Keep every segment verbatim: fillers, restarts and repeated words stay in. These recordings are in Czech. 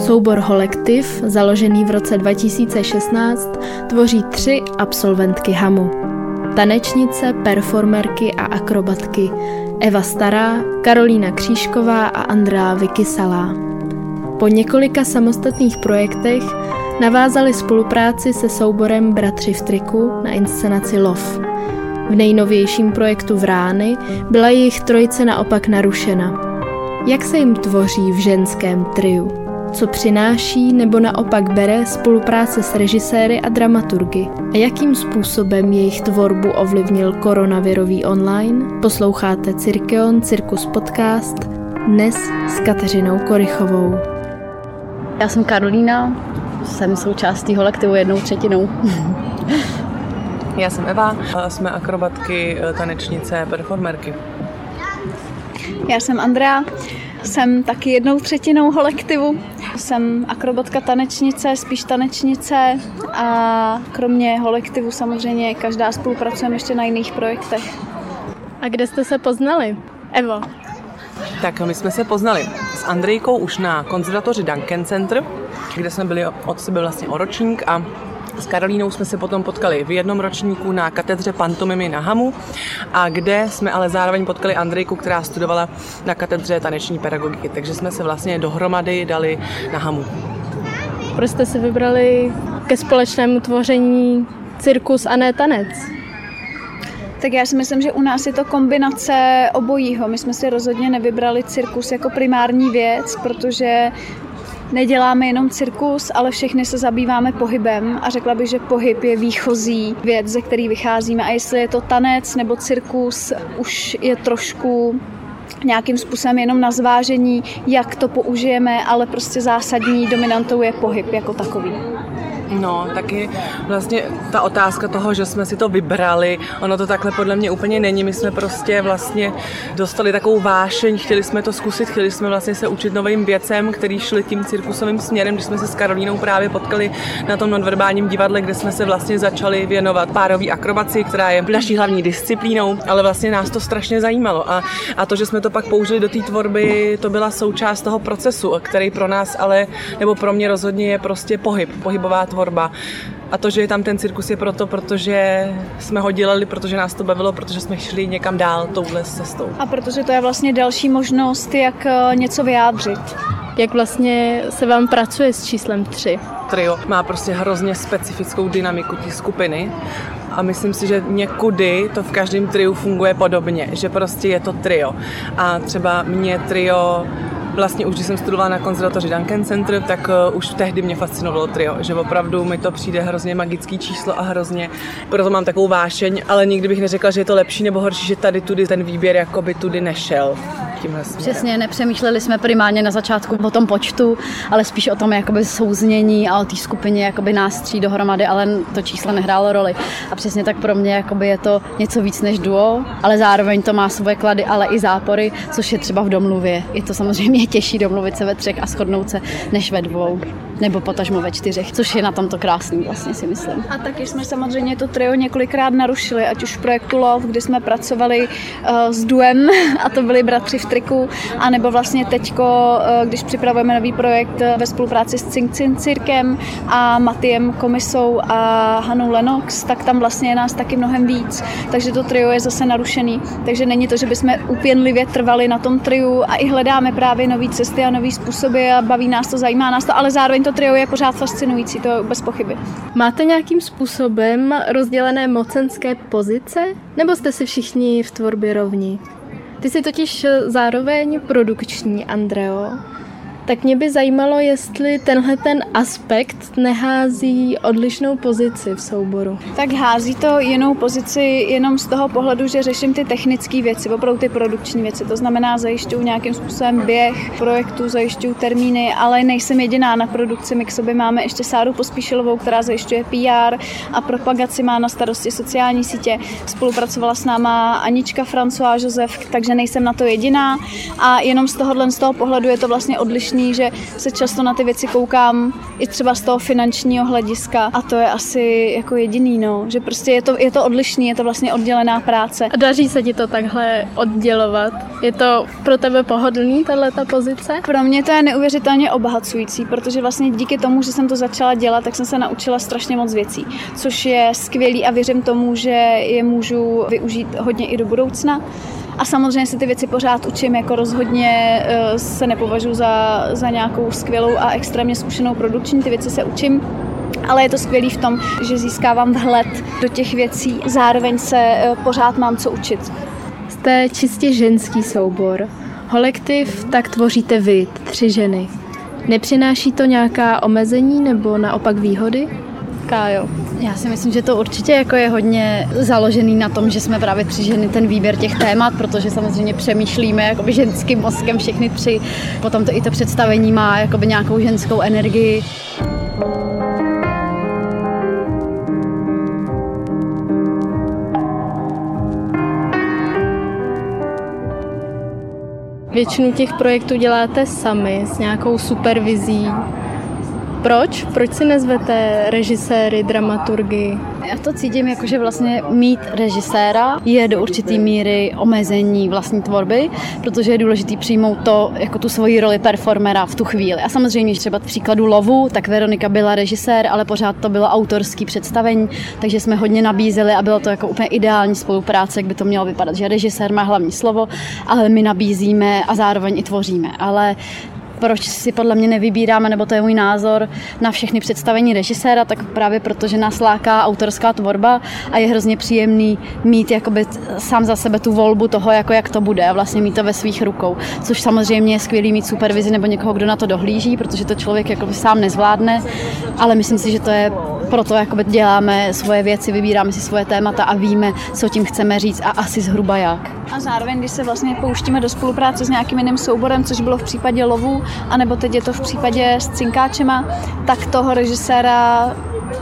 Soubor Holektiv, založený v roce dva tisíce šestnáct, tvoří tři absolventky Hamu. Tanečnice, performerky a akrobatky Eva Stará, Karolína Křížková a Andrea Vykysalá. Po několika samostatných projektech navázali spolupráci se souborem Bratři v triku na inscenaci Lov. V nejnovějším projektu Vrány byla jejich trojice naopak narušena. Jak se jim tvoří v ženském triu? Co přináší nebo naopak bere spolupráce s režiséry a dramaturgy? A jakým způsobem jejich tvorbu ovlivnil koronavirový online? Posloucháte Cirkeon Cirkus podcast dnes s Kateřinou Korychovou. Já jsem Karolína, jsem součástí Holektivu jednou třetinou. Já jsem Eva, jsme akrobatky, tanečnice, performerky. Já jsem Andrea, jsem taky jednou třetinou Holektivu. Jsem akrobatka, tanečnice, spíš tanečnice a kromě Holektivu samozřejmě každá spolupracujeme ještě na jiných projektech. A kde jste se poznali? Evo. Tak my jsme se poznali s Andrejkou už na konzervatoři Duncan Center, kde jsme byli od sebe vlastně o ročník, a s Karolínou jsme se potom potkali v jednom ročníku na katedře pantomimy na Hamu, a kde jsme ale zároveň potkali Andrejku, která studovala na katedře taneční pedagogiky, takže jsme se vlastně dohromady dali na Hamu. Proč jste si vybrali ke společnému tvoření cirkus a ne tanec? Tak já si myslím, že u nás je to kombinace obojího. My jsme si rozhodně nevybrali cirkus jako primární věc, protože neděláme jenom cirkus, ale všechny se zabýváme pohybem a řekla bych, že pohyb je výchozí věc, ze který vycházíme. A jestli je to tanec nebo cirkus, už je trošku nějakým způsobem jenom na zvážení, jak to použijeme, ale prostě zásadní dominantou je pohyb jako takový. No, taky vlastně ta otázka toho, že jsme si to vybrali, ono to takhle podle mě úplně není. My jsme prostě vlastně dostali takovou vášeň, chtěli jsme to zkusit, chtěli jsme vlastně se učit novým věcem, který šli tím cirkusovým směrem, když jsme se s Karolínou právě potkali na tom nonverbálním divadle, kde jsme se vlastně začali věnovat párové akrobaci, která je naší hlavní disciplínou, ale vlastně nás to strašně zajímalo. A, a to, že jsme to pak použili do té tvorby, to byla součást toho procesu, který pro nás ale, nebo pro mě rozhodně je prostě pohyb, pohybová tvorba. A to, že je tam ten cirkus, je proto, protože jsme ho dělali, protože nás to bavilo, protože jsme šli někam dál touhle cestou. A protože to je vlastně další možnost, jak něco vyjádřit. Jak vlastně se vám pracuje s číslem tři? Trio má prostě hrozně specifickou dynamiku té skupiny a myslím si, že někudy to v každém triu funguje podobně, že prostě je to trio. A třeba mě trio vlastně už když jsem studovala na konzervatoři Duncan Center, tak uh, už tehdy mě fascinovalo trio, že opravdu mi to přijde hrozně magický číslo a hrozně, proto mám takovou vášeň, ale nikdy bych neřekla, že je to lepší nebo horší, že tady tudy ten výběr jakoby tudy nešel. Přesně, nepřemýšleli jsme primárně na začátku o tom počtu, ale spíš o tom jakoby souznění a o té skupině jakoby nás tří dohromady, ale to číslo nehrálo roli. A přesně tak pro mě jakoby je to něco víc než duo, ale zároveň to má svoje klady, ale i zápory, což je třeba v domluvě. Je to samozřejmě těžší domluvit se ve třech a shodnout se než ve dvou, nebo potažmo ve čtyřech, což je na tomto krásný, vlastně si myslím. A taky jsme samozřejmě to trio několikrát narušili, ať už v projektu Love, kdy jsme pracovali uh, s duem, a to byli Bratři v triku, anebo vlastně teďko, uh, když připravujeme nový projekt ve spolupráci s Cink Cink Cirkem a Matiem Komisou a Hanou Lennox, tak tam vlastně je nás taky mnohem víc, takže to trio je zase narušený. Takže není to, že bychom úpěnlivě trvali na tom triu a i hledáme právě nový cesty a nový způsoby a baví nás to, zajímá nás to, ale zároveň to trio je pořád fascinující, to bez pochyby. Máte nějakým způsobem rozdělené mocenské pozice, nebo jste si všichni v tvorbě rovni? Ty jsi totiž zároveň produkční, Andreo. Tak mě by zajímalo, jestli tenhle ten aspekt nehází odlišnou pozici v souboru. Tak hází to jinou pozici jenom z toho pohledu, že řeším ty technické věci, opravdu ty produkční věci. To znamená, zajišťuju nějakým způsobem běh projektu, zajišťuju termíny, ale nejsem jediná na produkci. My k sobě máme ještě Sáru Pospíšilovou, která zajišťuje P R a propagaci, má na starosti sociální sítě. Spolupracovala s náma Anička François Josef, takže nejsem na to jediná a jenom z tohohle z toho pohledu je to vlastně odlišné odlišný, že se často na ty věci koukám i třeba z toho finančního hlediska a to je asi jako jediný, no, že prostě je to, je to odlišný, je to vlastně oddělená práce. A daří se ti to takhle oddělovat? Je to pro tebe pohodlný, tahleta pozice? Pro mě to je neuvěřitelně obohacující, protože vlastně díky tomu, že jsem to začala dělat, tak jsem se naučila strašně moc věcí, což je skvělý a věřím tomu, že je můžu využít hodně i do budoucna. A samozřejmě se ty věci pořád učím, jako rozhodně se nepovažuji za, za nějakou skvělou a extrémně zkušenou produkční, ty věci se učím. Ale je to skvělý v tom, že získávám vhled do těch věcí, zároveň se pořád mám co učit. Jste čistě ženský soubor. Holektiv tak tvoříte vy, tři ženy. Nepřináší to nějaká omezení nebo naopak výhody? Kájo. Já si myslím, že to určitě jako je hodně založený na tom, že jsme právě tři ženy, ten výběr těch témat, protože samozřejmě přemýšlíme jakoby ženským mozkem všechny tři. Potom to i to představení má jakoby nějakou ženskou energii. Většinu těch projektů děláte sami, s nějakou supervizí. Proč? Proč si nezvete režiséry, dramaturgy? Já to cítím jako, že vlastně mít režiséra je do určitý míry omezení vlastní tvorby, protože je důležitý přijmout to jako tu svoji roli performera v tu chvíli. A samozřejmě, že třeba v příkladu Lovu, tak Veronika byla režisér, ale pořád to bylo autorský představení, takže jsme hodně nabízeli a bylo to jako úplně ideální spolupráce, jak by to mělo vypadat, že režisér má hlavní slovo, ale my nabízíme a zároveň i tvoříme. Ale proč si podle mě nevybíráme, nebo to je můj názor, na všechny představení režiséra, tak právě proto, že nás láká autorská tvorba a je hrozně příjemný mít jakoby sám za sebe tu volbu toho, jako jak to bude a vlastně mít to ve svých rukou. Což samozřejmě je skvělý mít supervizi nebo někoho, kdo na to dohlíží, protože to člověk jakoby sám nezvládne, ale myslím si, že to je proto, jakoby děláme svoje věci, vybíráme si svoje témata a víme, co tím chceme říct a asi zhruba jak. A zároveň, když se vlastně pouštíme do spolupráce s nějakým jiným souborem, což bylo v případě Lovu, anebo teď je to v případě s Cinkáčema, tak toho režiséra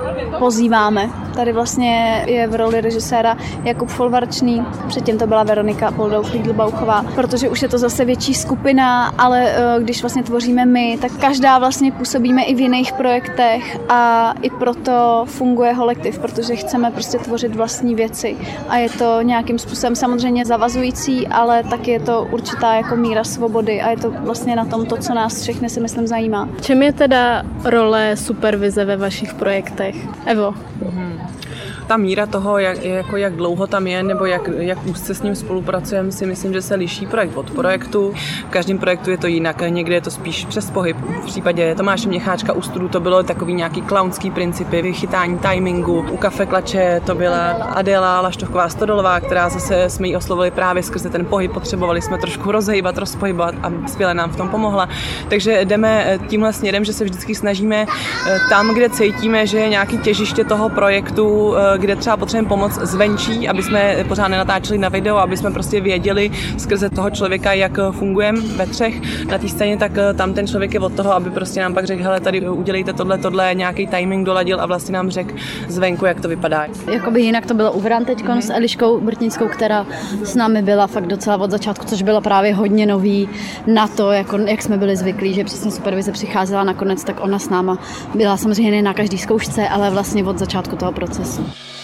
pozýváme. Tady vlastně je v roli režiséra Jakub Folvarčný, předtím to byla Veronika Poldou-Friedl-Bauchová, protože už je to zase větší skupina, ale když vlastně tvoříme my, tak každá vlastně působíme i v jiných projektech a i proto funguje Holektiv, protože chceme prostě tvořit vlastní věci a je to nějakým způsobem samozřejmě zavazující, ale taky je to určitá jako míra svobody a je to vlastně na tom to, co nás všechny si myslím zajímá. Čem je teda role supervize ve vašich projektech? Evo. Mm-hmm. Ta míra toho, jak, jako jak dlouho tam je, nebo jak, jak úzce s ním spolupracujeme, si myslím, že se liší projekt od projektu. V každém projektu je to jinak, někde je to spíš přes pohyb. V případě Tomáše Měcháčka u Studu to bylo takový nějaký klaunský principy, vychytání timingu. U Kafe Klače to byla Adéla Laštovková Stodolová, která zase jsme ji oslovili právě skrze ten pohyb. Potřebovali jsme trošku rozhejbat, rozpohybovat a skvěle nám v tom pomohla. Takže jdeme tímhle směrem, že se vždycky snažíme tam, kde cítíme, že je nějaký těžiště toho projektu, kde třeba potřebujeme pomoc zvenčí, aby jsme pořád nenatáčeli na video, aby jsme prostě věděli skrze toho člověka, jak fungujeme ve třech na té scéně, tak tam ten člověk je od toho, aby prostě nám pak řekl, hele, tady udělejte tohle, tohle, nějaký timing doladil a vlastně nám řekl zvenku, jak to vypadá. Jakoby jinak to bylo u Vran teďkon mm. s Eliškou Brtnickou, která s námi byla fakt docela od začátku, což bylo právě hodně nový na to, jako, jak jsme byli zvyklí, že přesně supervize přicházela nakonec, tak ona s náma byla samozřejmě ne na každý zkoušce, ale vlastně od začátku toho procesu.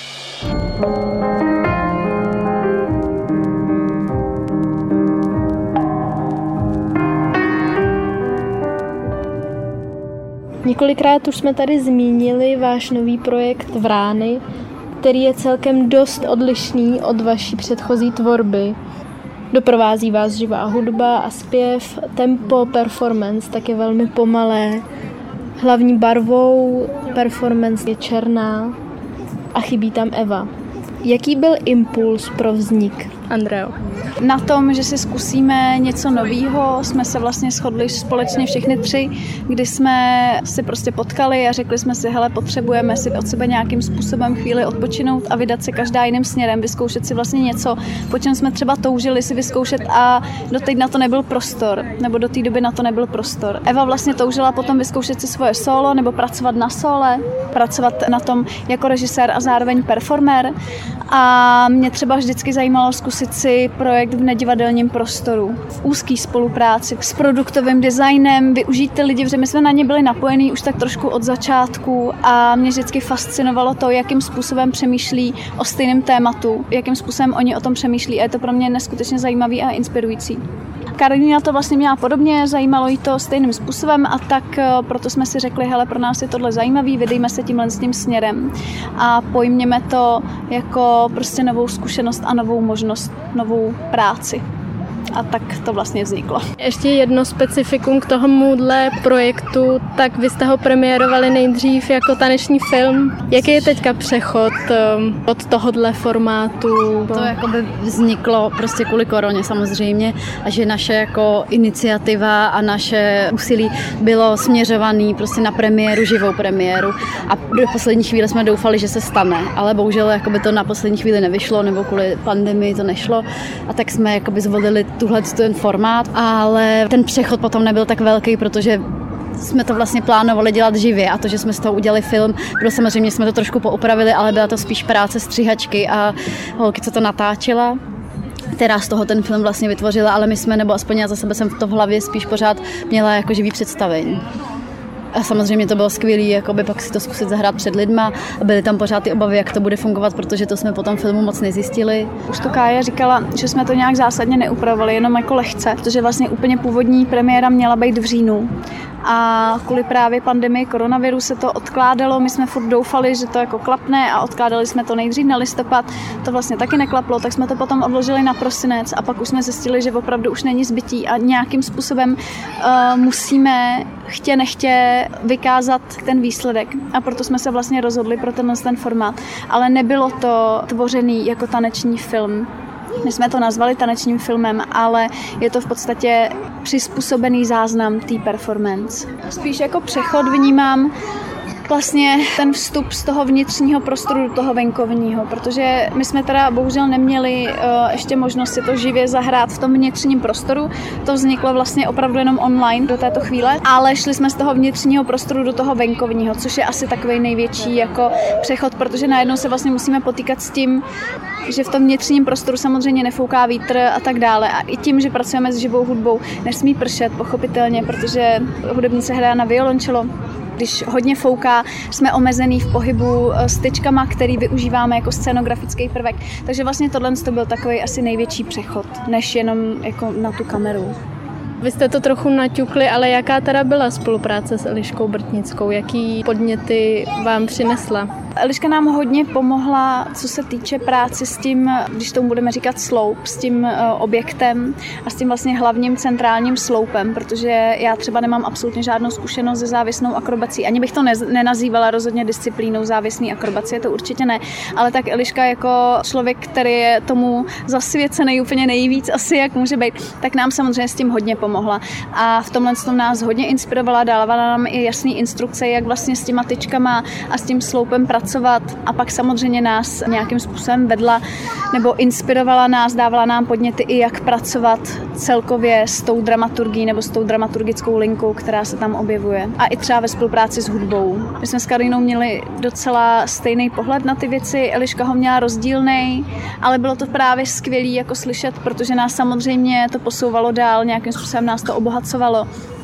Několikrát už jsme tady zmínili váš nový projekt Vrány, který je celkem dost odlišný od vaší předchozí tvorby. Doprovází vás živá hudba a zpěv, tempo, performance tak je velmi pomalé. Hlavní barvou performance je černá a chybí tam Eva. Jaký byl impuls pro vznik, Andreo? Na tom, že si zkusíme něco nového, jsme se vlastně shodli společně všechny tři, kdy jsme si prostě potkali a řekli jsme si, hele, potřebujeme si od sebe nějakým způsobem chvíli odpočinout a vydat se každá jiným směrem, vyzkoušet si vlastně něco, po čem jsme třeba toužili si vyzkoušet a doteď na to nebyl prostor, nebo do té doby na to nebyl prostor. Eva vlastně toužila potom vyzkoušet si svoje solo nebo pracovat na sole, pracovat na tom jako režisér a zároveň performer A mě třeba vždycky zajímalo zkusit si projekt v nedivadelním prostoru, v úzké spolupráci s produktovým designem, využít ty lidi, protože my jsme na ně byli napojení už tak trošku od začátku a mě vždycky fascinovalo to, jakým způsobem přemýšlí o stejném tématu, jakým způsobem oni o tom přemýšlí a je to pro mě neskutečně zajímavý a inspirující. Karolína to vlastně měla podobně, zajímalo jí to stejným způsobem a tak proto jsme si řekli, hele, pro nás je tohle zajímavý, vydejme se tímhle s tím směrem a pojměme to jako prostě novou zkušenost a novou možnost, novou práci. A tak to vlastně vzniklo. Ještě jedno specifikum k tomuhle projektu, tak vy jste ho premiérovali nejdřív jako taneční film. Jaký je teďka přechod um, od tohohle formátu? To jakoby vzniklo prostě kvůli koroně samozřejmě a že naše jako iniciativa a naše úsilí bylo směřované prostě na premiéru, živou premiéru a do poslední chvíle jsme doufali, že se stane, ale bohužel jakoby to na poslední chvíli nevyšlo nebo kvůli pandemii to nešlo a tak jsme jakoby zvolili tuhle ten formát, ale ten přechod potom nebyl tak velký, protože jsme to vlastně plánovali dělat živě a to, že jsme z toho udělali film, bylo samozřejmě jsme to trošku poupravili, ale byla to spíš práce střihačky a holky, co to natáčela, která z toho ten film vlastně vytvořila, ale my jsme, nebo aspoň já za sebe jsem to v hlavě spíš pořád měla jako živý představení. A samozřejmě to bylo skvělé, jakoby pak si to zkusit zahrát před lidma a byly tam pořád ty obavy, jak to bude fungovat, protože to jsme po tom filmu moc nezjistili. Už to Kája říkala, že jsme to nějak zásadně neupravovali, jenom jako lehce, protože vlastně úplně původní premiéra měla být v říjnu. A kvůli právě pandemii koronaviru se to odkládalo, my jsme furt doufali, že to jako klapne a odkládali jsme to nejdřív na listopad, to vlastně taky neklaplo, tak jsme to potom odložili na prosinec a pak už jsme zjistili, že opravdu už není zbytí a nějakým způsobem uh, musíme chtě nechtě vykázat ten výsledek a proto jsme se vlastně rozhodli pro tenhle ten formát, ale nebylo to tvořený jako taneční film. My jsme to nazvali tanečním filmem, ale je to v podstatě přizpůsobený záznam té performance. Spíš jako přechod vnímám vlastně ten vstup z toho vnitřního prostoru do toho venkovního, protože my jsme teda bohužel neměli uh, ještě možnost si to živě zahrát v tom vnitřním prostoru. To vzniklo vlastně opravdu jenom online do této chvíle, ale šli jsme z toho vnitřního prostoru do toho venkovního, což je asi takový největší jako přechod, protože najednou se vlastně musíme potýkat s tím, že v tom vnitřním prostoru samozřejmě nefouká vítr a tak dále. A i tím, že pracujeme s živou hudbou, nesmí pršet, pochopitelně, protože hudebnice hraje na violončelo. Když hodně fouká, jsme omezený v pohybu s tyčkama, který využíváme jako scénografický prvek. Takže vlastně tohle to byl takový asi největší přechod, než jenom jako na tu kameru. Vy jste to trochu naťukli, ale jaká teda byla spolupráce s Eliškou Brtnickou? Jaký podněty vám přinesla? Eliška nám hodně pomohla, co se týče práce s tím, když tomu budeme říkat sloup, s tím objektem a s tím vlastně hlavním centrálním sloupem, protože já třeba nemám absolutně žádnou zkušenost se závěsnou akrobací. Ani bych to ne- nenazývala rozhodně disciplínou závěsné akrobacie, to určitě ne, ale tak Eliška jako člověk, který je tomu zasvěcený úplně nejvíc asi, jak může být, tak nám samozřejmě s tím hodně pomohla. A v tomhle tom nás hodně inspirovala, dávala nám i jasné instrukce, jak vlastně s těma tyčkama a s tím sloupem pracovat a pak samozřejmě nás nějakým způsobem vedla nebo inspirovala nás, dávala nám podněty i jak pracovat celkově s tou dramaturgií nebo s tou dramaturgickou linkou, která se tam objevuje. A i třeba ve spolupráci s hudbou. My jsme s Karolínou měli docela stejný pohled na ty věci, Eliška ho měla rozdílnej, ale bylo to právě skvělý jako slyšet, protože nás samozřejmě to posouvalo dál, nějakým způsobem nás to obohacovalo.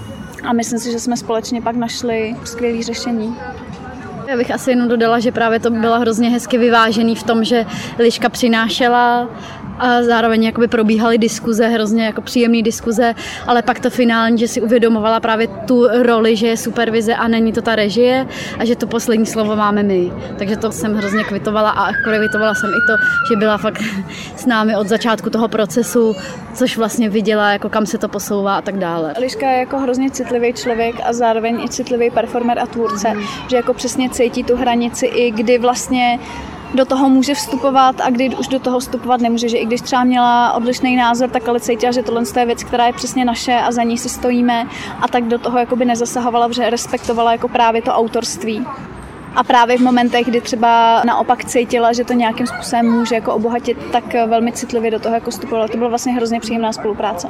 A myslím si, že jsme společně pak našli skvělé řešení. Já bych asi jenom dodala, že právě to bylo hrozně hezky vyvážený v tom, že Eliška přinášela a zároveň jakoby probíhaly diskuze, hrozně jako příjemné diskuze, ale pak to finální, že si uvědomovala právě tu roli, že je supervize a není to ta režie a že to poslední slovo máme my. Takže to jsem hrozně kvitovala a kvitovala jsem i to, že byla fakt s námi od začátku toho procesu, což vlastně viděla, jako kam se to posouvá a tak dále. Eliška je jako hrozně citlivý člověk a zároveň i citlivý performer a tvůrce, mm. že jako přesně cítí tu hranici i kdy vlastně do toho může vstupovat a kdy už do toho vstupovat nemůže, že i když třeba měla odlišný názor, tak ale cítila, že tohle je věc, která je přesně naše a za ní si stojíme a tak do toho jakoby nezasahovala, protože respektovala jako právě to autorství. A právě v momentech, kdy třeba naopak cítila, že to nějakým způsobem může jako obohatit, tak velmi citlivě do toho jako vstupovala. To byla vlastně hrozně příjemná spolupráce.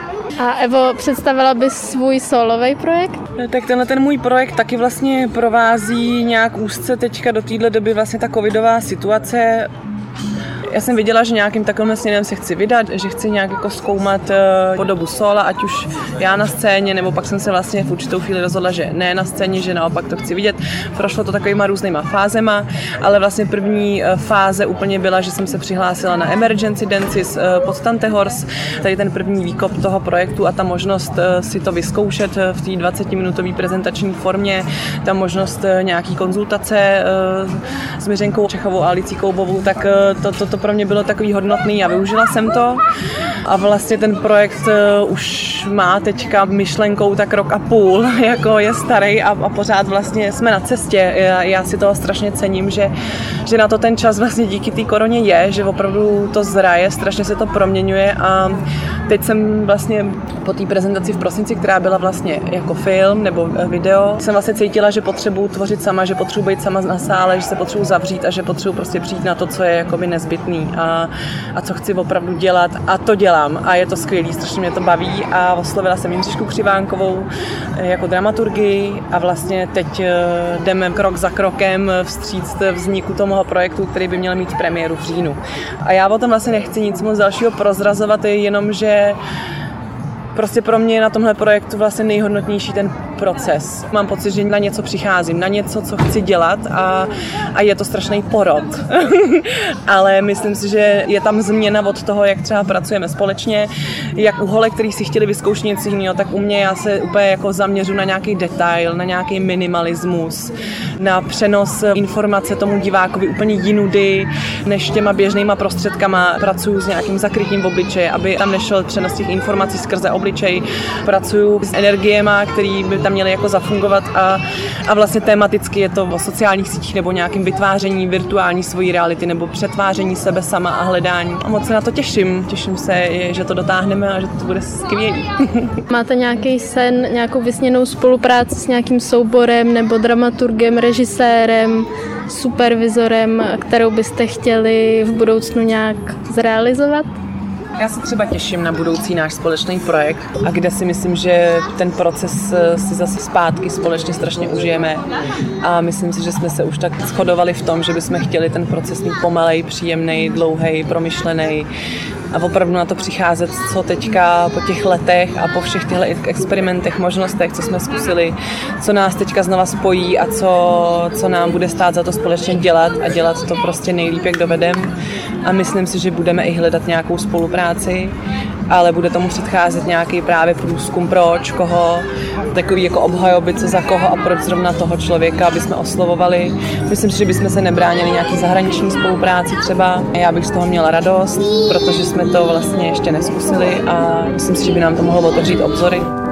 A Evo, představila bys svůj solový projekt? Tak tenhle ten můj projekt taky vlastně provází nějak úzce teďka do téhle doby vlastně ta covidová situace. Já jsem viděla, že nějakým takovým směrem se chci vydat, že chci nějak jako zkoumat podobu sola, ať už já na scéně, nebo pak jsem se vlastně v určitou chvíli rozhodla, že ne na scéně, že naopak to chci vidět. Prošlo to takovýma různýma fázema, ale vlastně první fáze úplně byla, že jsem se přihlásila na Emergency Dances pod Tante Horse, tady ten první výkop toho projektu a ta možnost si to vyzkoušet v té dvacetiminutové prezentační formě, ta možnost nějaký konzultace s Miřenkou Čechovou a Alicí Koubovou, tak to, to, to pro mě bylo takový hodnotný a využila jsem to. A vlastně ten projekt už má teďka myšlenkou tak rok a půl, jako je starý a, a pořád vlastně jsme na cestě. Já, já si toho strašně cením, že, že na to ten čas vlastně díky té koroně je, že opravdu to zraje, strašně se to proměňuje a teď jsem vlastně po té prezentaci v prosinci, která byla vlastně jako film nebo video, jsem vlastně cítila, že potřebuji tvořit sama, že potřebuji být sama na sále, že se potřebuji zavřít a že potřebuji prostě přijít na to, co je jakoby nezbytný a, a co chci opravdu dělat a to dělám a je to skvělý, strašně mě to baví a oslovila jsem Jindřišku Křivánkovou jako dramaturgii a vlastně teď jdeme krok za krokem vstříc vzniku toho projektu, který by měl mít premiéru v říjnu. A já o tom vlastně nechci nic moc dalšího prozrazovat, jenom že prostě pro mě je na tomhle projektu vlastně nejhodnotnější ten proces. Mám pocit, že na něco přicházím, na něco, co chci dělat a, a je to strašný porod. Ale myslím si, že je tam změna od toho, jak třeba pracujeme společně, jak u holek, který si chtěli vyzkoušet něco jiného, tak u mě já se úplně jako zaměřu na nějaký detail, na nějaký minimalismus, na přenos informace tomu divákovi úplně jinudy, než těma běžnýma prostředkama. Pracuju s nějakým zakrytím v obličeji, aby tam nešel přenos těch informací skrze obličej. Pracuju s energiema, který by tam měly jako zafungovat a, a vlastně tematicky je to o sociálních sítích nebo nějakým vytváření virtuální svojí reality nebo přetváření sebe sama a hledání. A moc se na to těším. Těším se, že to dotáhneme a že to bude skvělý. Máte nějaký sen, nějakou vysněnou spolupráci s nějakým souborem nebo dramaturgem, režisérem, supervizorem, kterou byste chtěli v budoucnu nějak zrealizovat? Já se třeba těším na budoucí náš společný projekt a kde si myslím, že ten proces si zase zpátky společně strašně užijeme a myslím si, že jsme se už tak shodovali v tom, že bychom chtěli ten proces mít pomalej, příjemnej, dlouhej, promyšlený a opravdu na to přicházet, co teďka po těch letech a po všech těchto experimentech, možnostech, co jsme zkusili, co nás teďka znova spojí a co, co nám bude stát za to společně dělat a dělat to prostě nejlíp, jak dovedem. A myslím si, že budeme i hledat nějakou spolupráci, ale bude tomu předcházet nějaký právě průzkum proč, koho, takový jako obhajoby, co za koho a proč zrovna toho člověka, aby jsme oslovovali. Myslím si, že bychom se nebránili nějaký zahraniční spolupráci třeba. Já bych z toho měla radost, protože jsme to vlastně ještě neskusili a myslím si, že by nám to mohlo otevřít obzory.